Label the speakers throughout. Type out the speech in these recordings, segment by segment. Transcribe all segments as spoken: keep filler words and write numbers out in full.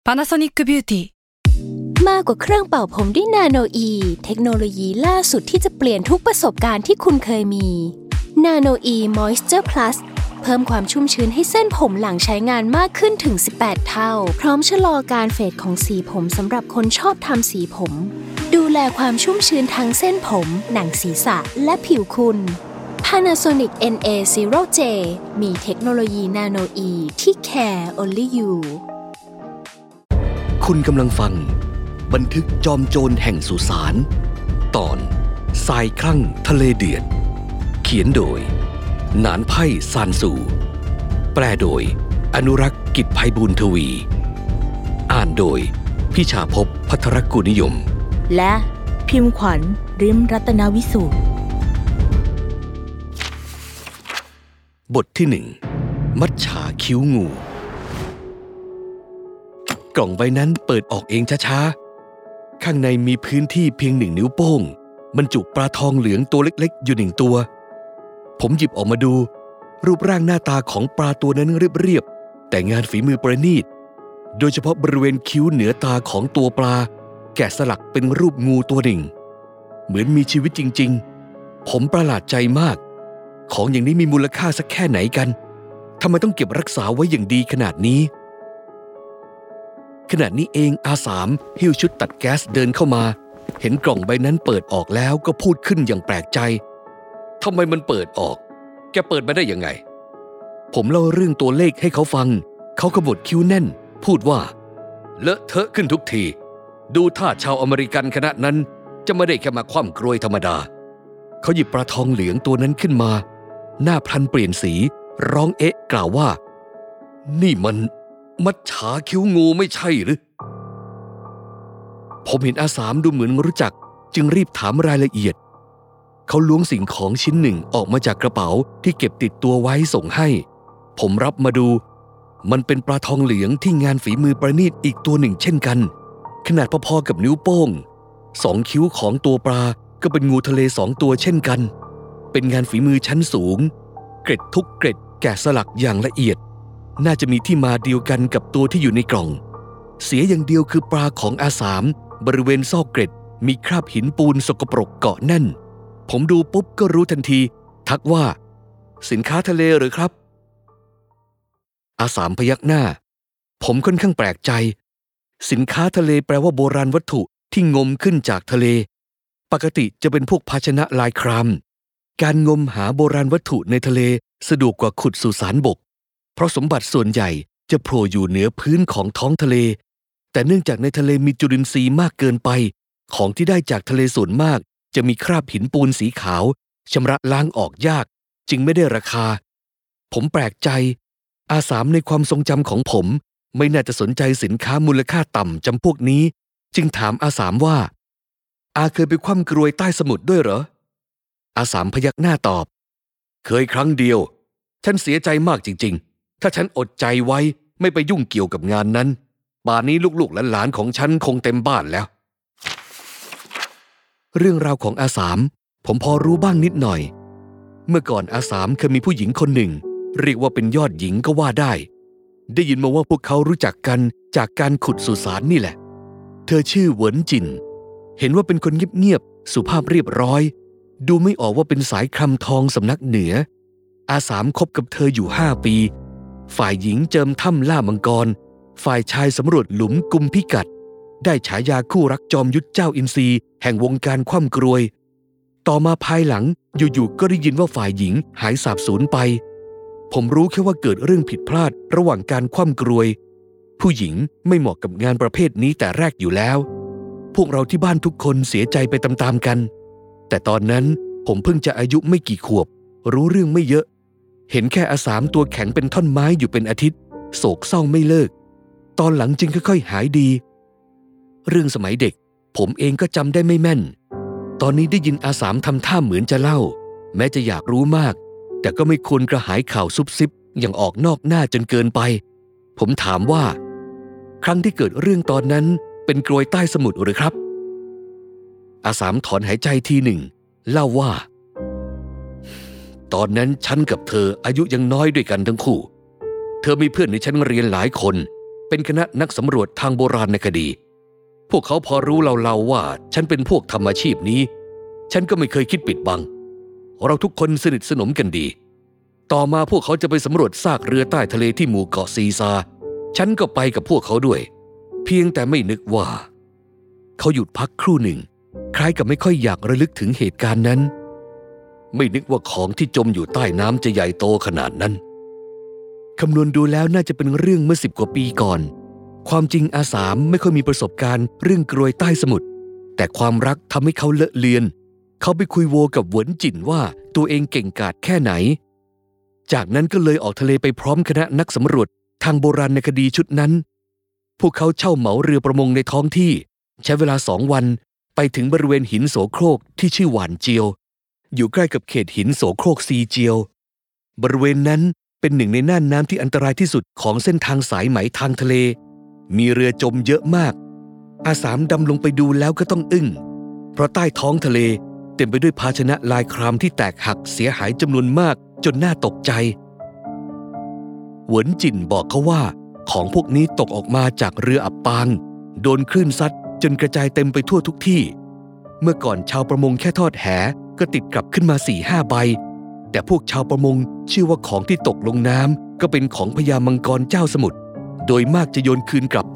Speaker 1: Panasonic Beauty
Speaker 2: มากกว่าเครื่องเป่าผมด้วยนาโนอีเทคโนโลยีล่าสุดที่จะเปลี่ยนทุกประสบการณ์ที่คุณเคยมีนาโนอีมอยส์เจอร์พลัสเพิ่มความชุ่มชื้นให้เส้นผมหลังใช้งานมากขึ้นถึงสิบแปดเท่าพร้อมชะลอการเฟดของสีผมสำหรับคนชอบทำสีผมดูแลความชุ่มชื้นทั้งเส้นผมหนังศีรษะและผิวคุณ Panasonic เอ็น เอ ศูนย์ เจ มีเทคโนโลยีนาโนอีที่ care only you
Speaker 3: คุณกำลังฟังบันทึกจอมโจรแห่งสุสานตอนทรายคลั่งทะเลเดือดเขียนโดยหนานไพ่ซานซูแปลโดยอนุรักษ์กิจไพบูลย์ทวีอ่านโดยพิชาภพภัทรกุลนิยม
Speaker 4: และพิมพ์ขวัญริมรัตนวิสูตร
Speaker 3: บทที่หนึ่งมัจฉาคิ้วงูกล่องใบนั้นเปิดออกเองช้าๆข้างในมีพื้นที่เพียงหนึ่งนิ้วโป้งบรรจุปลาทองเหลืองตัวเล็กๆอยู่หนึ่งตัวผมหยิบออกมาดูรูปร่างหน้าตาของปลาตัวนั้นเรียบๆแต่งานฝีมือประณีตโดยเฉพาะบริเวณคิ้วเหนือตาของตัวปลาแกะสลักเป็นรูปงูตัวหนึ่งเหมือนมีชีวิตจริงๆผมประหลาดใจมากของอย่างนี้มีมูลค่าสักแค่ไหนกันทำไมต้องเก็บรักษาไว้อย่างดีขนาดนี้ขณะนี้เองอาสามหิ้วชุดตัดแก๊สเดินเข้ามาเห็นกล่องใบนั้นเปิดออกแล้วก็พูดขึ้นอย่างแปลกใจทำไมมันเปิดออกแกเปิดมาได้ยังไงผมเล่าเรื่องตัวเลขให้เขาฟังเขาขมวดคิ้วแน่นพูดว่าเลอะเทอะขึ้นทุกทีดูท่าชาวอเมริกันคณะนั้นจะไม่ได้แค่มาคว่ำกรวยธรรมดาเขาหยิบปลาทองเหลืองตัวนั้นขึ้นมาหน้าพลันเปลี่ยนสีร้องเอ๊ะกล่าวว่านี่มันมัจฉาคิ้วงูไม่ใช่หรือผมเห็นอาสามดูเหมือนรู้จักจึงรีบถามรายละเอียดเขาล้วงสิ่งของชิ้นหนึ่งออกมาจากกระเป๋าที่เก็บติดตัวไว้ส่งให้ผมรับมาดูมันเป็นปลาทองเหลืองที่งานฝีมือประณีตอีกตัวหนึ่งเช่นกันขนาดพอๆกับนิ้วโป้งสองคิ้วของตัวปลาก็เป็นงูทะเลสองตัวเช่นกันเป็นงานฝีมือชั้นสูงเกร็ดทุกเกร็ดแกะสลักอย่างละเอียดน่าจะมีที่มาเดียวกันกับตัวที่อยู่ในกล่องเสียอย่างเดียวคือปลาของอาสามบริเวณซอกเกร็ดมีคราบหินปูนสกปรกเกาะแน่นผมดูปุ๊บก็รู้ทันทีทักว่าสินค้าทะเลหรือครับอาสามพยักหน้าผมค่อนข้างแปลกใจสินค้าทะเลแปลว่าโบราณวัตถุที่งมขึ้นจากทะเลปกติจะเป็นพวกภาชนะลายครามการงมหาโบราณวัตถุในทะเลสะดวกกว่าขุดสุสานบกเพราะสมบัติส่วนใหญ่จะโผล่อยู่เหนือพื้นของท้องทะเลแต่เนื่องจากในทะเลมีจุลินทรีย์มากเกินไปของที่ได้จากทะเลส่วนมากจะมีคราบหินปูนสีขาวชำระล้างออกยากจึงไม่ได้ราคาผมแปลกใจอาสามในความทรงจำของผมไม่น่าจะสนใจสินค้ามูลค่าต่ำจำพวกนี้จึงถามอาสามว่าอาเคยไปคว่ำกรวยใต้สมุทรด้วยเหรออาสามพยักหน้าตอบเคยครั้งเดียวฉันเสียใจมากจริงๆถ้าฉันอดใจไว้ไม่ไปยุ่งเกี่ยวกับงานนั้นป่านนี้ลูกๆหลานๆของฉันคงเต็มบ้านแล้วเรื่องราวของอาสามผมพอรู้บ้างนิดหน่อยเมื่อก่อนอาสามเคยมีผู้หญิงคนหนึ่งเรียกว่าเป็นยอดหญิงก็ว่าได้ได้ยินมาว่าพวกเขารู้จักกันจากการขุดสุสานนี่แหละเธอชื่อเหวินจินเห็นว่าเป็นคนเงียบๆสุภาพเรียบร้อยดูไม่ออกว่าเป็นสายคลำทองสำนักเหนืออาสามคบกับเธออยู่ห้าปีฝ่ายหญิงเจิมถ้ำล่ามังกรฝ่ายชายสำรวจหลุมกุมพิกัดได้ฉายาคู่รักจอมยุทธเจ้าอินทรีแห่งวงการคว่ำกรวยต่อมาภายหลังอยู่ๆก็ได้ยินว่าฝ่ายหญิงหายสาบสูญไปผมรู้แค่ว่าเกิดเรื่องผิดพลาดระหว่างการคว่ำกรวยผู้หญิงไม่เหมาะกับงานประเภทนี้แต่แรกอยู่แล้วพวกเราที่บ้านทุกคนเสียใจไปตามๆกันแต่ตอนนั้นผมเพิ่งจะอายุไม่กี่ขวบรู้เรื่องไม่เยอะเห็นแค่อาสามตัวแข็งเป็นท่อนไม้อยู่เป็นอาทิตย์โศกเศร้าไม่เลิกตอนหลังจึงค่อยๆหายดีเรื่องสมัยเด็กผมเองก็จำได้ไม่แม่นตอนนี้ได้ยินอาสามทำท่าเหมือนจะเล่าแม้จะอยากรู้มากแต่ก็ไม่ควรกระหายข่าวซุบซิบอย่างออกนอกหน้าจนเกินไปผมถามว่าครั้งที่เกิดเรื่องตอนนั้นเป็นกรวยใต้สมุทรหรือครับอาสามถอนหายใจทีหนึ่งเล่าว่าตอนนั้นฉันกับเธออายุยังน้อยด้วยกันทั้งคู่เธอมีเพื่อนในชั้นเรียนหลายคนเป็นคณะนักสำรวจทางโบราณคดีพวกเขาพอรู้เราๆว่าฉันเป็นพวกทำอาชีพนี้ฉันก็ไม่เคยคิดปิดบังเราทุกคนสนิทสนมกันดีต่อมาพวกเขาจะไปสำรวจซากเรือใต้ทะเลที่หมู่เกาะซีซาฉันก็ไปกับพวกเขาด้วยเพียงแต่ไม่นึกว่าเขาหยุดพักครู่หนึ่งคล้ายกับไม่ค่อยอยากระลึกถึงเหตุการณ์นั้นไม่นึกว่าของที่จมอยู่ใต้น้ำจะใหญ่โตขนาดนั้นคำนวณดูแล้วน่าจะเป็นเรื่องเมื่อสิบกว่าปีก่อนความจริงอาสามไม่ค่อยมีประสบการณ์เรื่องกรวยใต้สมุทรแต่ความรักทำให้เขาเลอะเลือนเขาไปคุยโวกับเหวินจินว่าตัวเองเก่งกาจแค่ไหนจากนั้นก็เลยออกทะเลไปพร้อมคณะนักสำรวจทางโบราณคดีชุดนั้นพวกเขาเช่าเหมาเรือประมงในท้องที่ใช้เวลาสองวันไปถึงบริเวณหินโสโครกที่ชื่อหวานเจียวอยู่ใกล้กับเขตหินโสโครกซีเจียวบริเวณนั้นเป็นหนึ่งในน่านน้ำที่อันตรายที่สุดของเส้นทางสายไหมทางทะเลมีเรือจมเยอะมากอาสามดำลงไปดูแล้วก็ต้องอึ้งเพราะใต้ท้องทะเลเต็มไปด้วยภาชนะลายครามที่แตกหักเสียหายจำนวนมากจนน่าตกใจเหวินจินบอกเขาว่าของพวกนี้ตกออกมาจากเรืออับปางโดนคลื่นซัดจนกระจายเต็มไปทั่วทุกที่เมื่อก่อนชาวประมงแค่ทอดแหก็ติดกลับขึ้นมาสี่ห้าใบแต่พวกชาวประมงเชื่อว่าของที่ตกลงน้ำก็เป็นของพญามังกรเจ้าสมุทรโดยมากจะโยนคืนกลับไป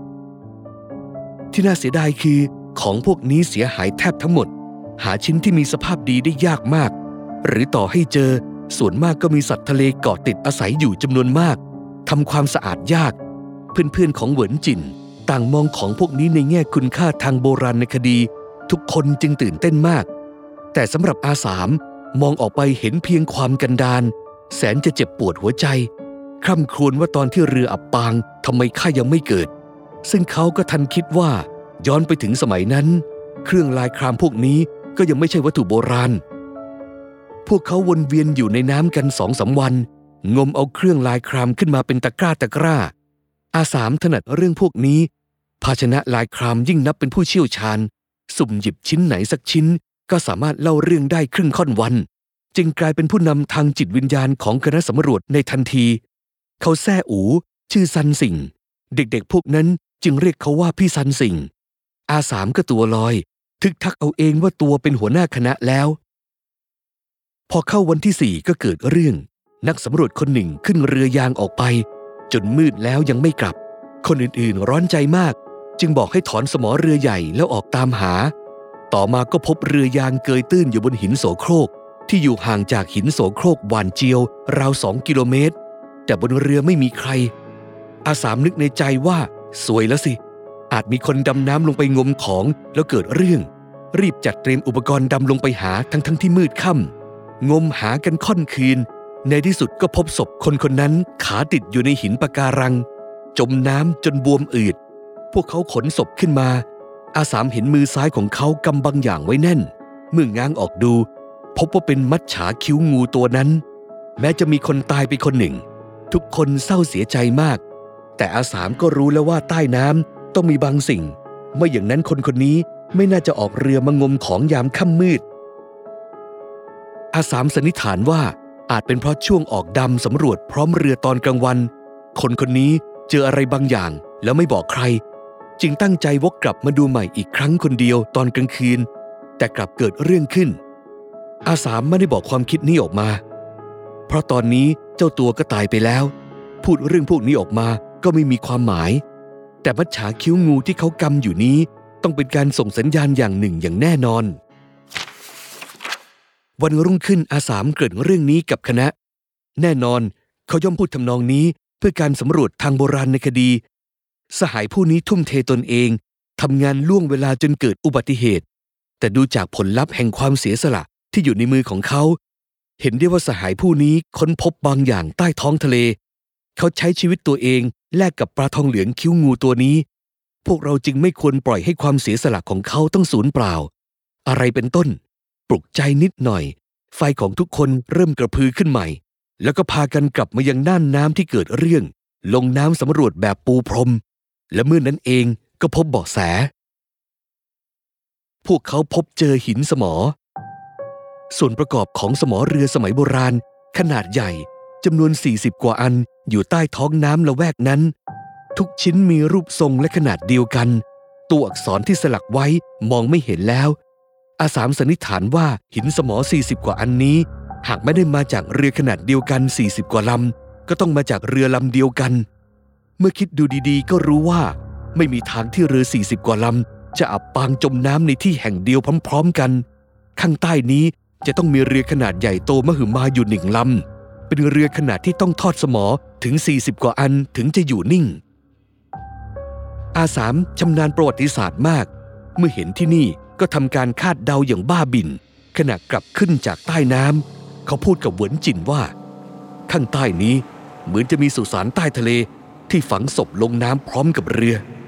Speaker 3: ที่น่าเสียดายคือของพวกนี้เสียหายแทบทั้งหมดหาชิ้นที่มีสภาพดีได้ยากมากหรือต่อให้เจอส่วนมากก็มีสัตว์ทะเลเกาะติดอาศัยอยู่จำนวนมากทำความสะอาดยากเพื่อนๆของเหวินจินต่างมองของพวกนี้ในแง่คุณค่าทางโบราณคดีทุกคนจึงตื่นเต้นมากแต่สำหรับอาสามมองออกไปเห็นเพียงความกันดารแสนจะเจ็บปวดหัวใจคร่ำครวญว่าตอนที่เรืออับปางทำไมข้ายังไม่เกิดซึ่งเขาก็ทันคิดว่าย้อนไปถึงสมัยนั้นเครื่องลายครามพวกนี้ก็ยังไม่ใช่วัตถุโบราณพวกเขาวนเวียนอยู่ในน้ำกันสองสามวันงมเอาเครื่องลายครามขึ้นมาเป็นตะกร้าตะกร้าอาสามถนัดเรื่องพวกนี้ภาชนะลายครามยิ่งนับเป็นผู้เชี่ยวชาญสุ่มหยิบชิ้นไหนสักชิ้นก็สามารถเล่าเรื่องได้ครึ่งค่อนวันจึงกลายเป็นผู้นำทางจิตวิญญาณของคณะสำรวจในทันทีเขาแซ่อูชื่อซันสิงเด็กๆพวกนั้นจึงเรียกเขาว่าพี่ซันสิงอาสามก็ตัวลอยทึกทักเอาเองว่าตัวเป็นหัวหน้าคณะแล้วพอเข้าวันที่สี่ก็เกิดเรื่องนักสำรวจคนหนึ่งขึ้นเรือยางออกไปจนมืดแล้วยังไม่กลับคนอื่นๆร้อนใจมากจึงบอกให้ถอนสมอเรือใหญ่แล้วออกตามหาต่อมาก็พบเรือยางเกยตื้นอยู่บนหินโสโครกที่อยู่ห่างจากหินโสโครกหวานเจียวราวสองกิโลเมตรแต่บนเรือไม่มีใครอาสามนึกในใจว่าสวยแล้วสิอาจมีคนดำน้ำลงไปงมของแล้วเกิดเรื่องรีบจัดเตรียมอุปกรณ์ดำลงไปหาทั้งทั้งที่มืดค่ำงมหากันค่อนคืนในที่สุดก็พบศพคนคนนั้นขาติดอยู่ในหินปะการังจมน้ำจนบวมอืดพวกเขาขนศพขึ้นมาอาสามเห็นมือซ้ายของเขากำบางอย่างไว้แน่นเมื่อง้างออกดูพบว่าเป็นมัจฉาคิ้วงูตัวนั้นแม้จะมีคนตายไปคนหนึ่งทุกคนเศร้าเสียใจมากแต่อาสามก็รู้แล้วว่าใต้น้ำต้องมีบางสิ่งไม่อย่างนั้นคนคนนี้ไม่น่าจะออกเรือมางมของยามค่ำมืดอาสามสันนิษฐานว่าอาจเป็นเพราะช่วงออกดำสำรวจพร้อมเรือตอนกลางวันคนคนนี้เจออะไรบางอย่างแล้วไม่บอกใครจึงตั้งใจวกกลับมาดูใหม่อีกครั้งคนเดียวตอนกลางคืนแต่กลับเกิดเรื่องขึ้นอาสามไม่ได้บอกความคิดนี้ออกมาเพราะตอนนี้เจ้าตัวก็ตายไปแล้วพูดเรื่องพวกนี้ออกมาก็ไม่มีความหมายแต่มัจฉาคิ้วงูที่เขากำอยู่นี้ต้องเป็นการส่งสัญญาณอย่างหนึ่งอย่างแน่นอนวันรุ่งขึ้นอาสามเกริ่นเรื่องนี้กับคณะแน่นอนเขาย่อมพูดทำนองนี้เพื่อการสำรวจทางโบราณในคดีสหายผู้นี้ทุ่มเทตนเองทำงานล่วงเวลาจนเกิดอุบัติเหตุแต่ดูจากผลลัพธ์แห่งความเสียสละที่อยู่ในมือของเขาเห็นได้ว่าสหายผู้นี้ค้นพบบางอย่างใต้ท้องทะเลเขาใช้ชีวิตตัวเองแลกกับปลาทองเหลืองคิ้วงูตัวนี้พวกเราจึงไม่ควรปล่อยให้ความเสียสละของเขาต้องสูญเปล่าอะไรเป็นต้นปลุกใจนิดหน่อยไฟของทุกคนเริ่มกระพือขึ้นใหม่แล้วก็พากันกลับมายังน่านน้ำที่เกิดเรื่องลงน้ำสำรวจแบบปูพรมและเมื่อนั้นเองก็พบเบาะแสพวกเขาพบเจอหินสมอส่วนประกอบของสมอเรือสมัยโบราณขนาดใหญ่จำนวนสี่สิบกว่าอันอยู่ใต้ท้องน้ำละแวกนั้นทุกชิ้นมีรูปทรงและขนาดเดียวกันตัวอักษรที่สลักไว้มองไม่เห็นแล้วอาสามสันนิษฐานว่าหินสมอสี่สิบกว่าอันนี้หากไม่ได้มาจากเรือขนาดเดียวกันสี่สิบกว่าลำก็ต้องมาจากเรือลำเดียวกันเมื่อคิดดูดีๆก็รู้ว่าไม่มีทางที่เรือสี่สิบกว่าลำจะอับปางจมน้ำในที่แห่งเดียวพร้อมๆกันข้างใต้นี้จะต้องมีเรือขนาดใหญ่โตมหึมาอยู่หนึ่งลำเป็นเรือขนาดที่ต้องทอดสมอถึงสี่สิบกว่าอันถึงจะอยู่นิ่งอาสามชำนาญประวัติศาสตร์มากเมื่อเห็นที่นี่ก็ทำการคาดเดาอย่างบ้าบิ่นขณะกลับขึ้นจากใต้น้ำเขาพูดกับเหวินจินว่าข้างใต้นี้เหมือนจะมีสุสานใต้ทะเลที่ฝังศพลงน้ำพร้อมกับเรือ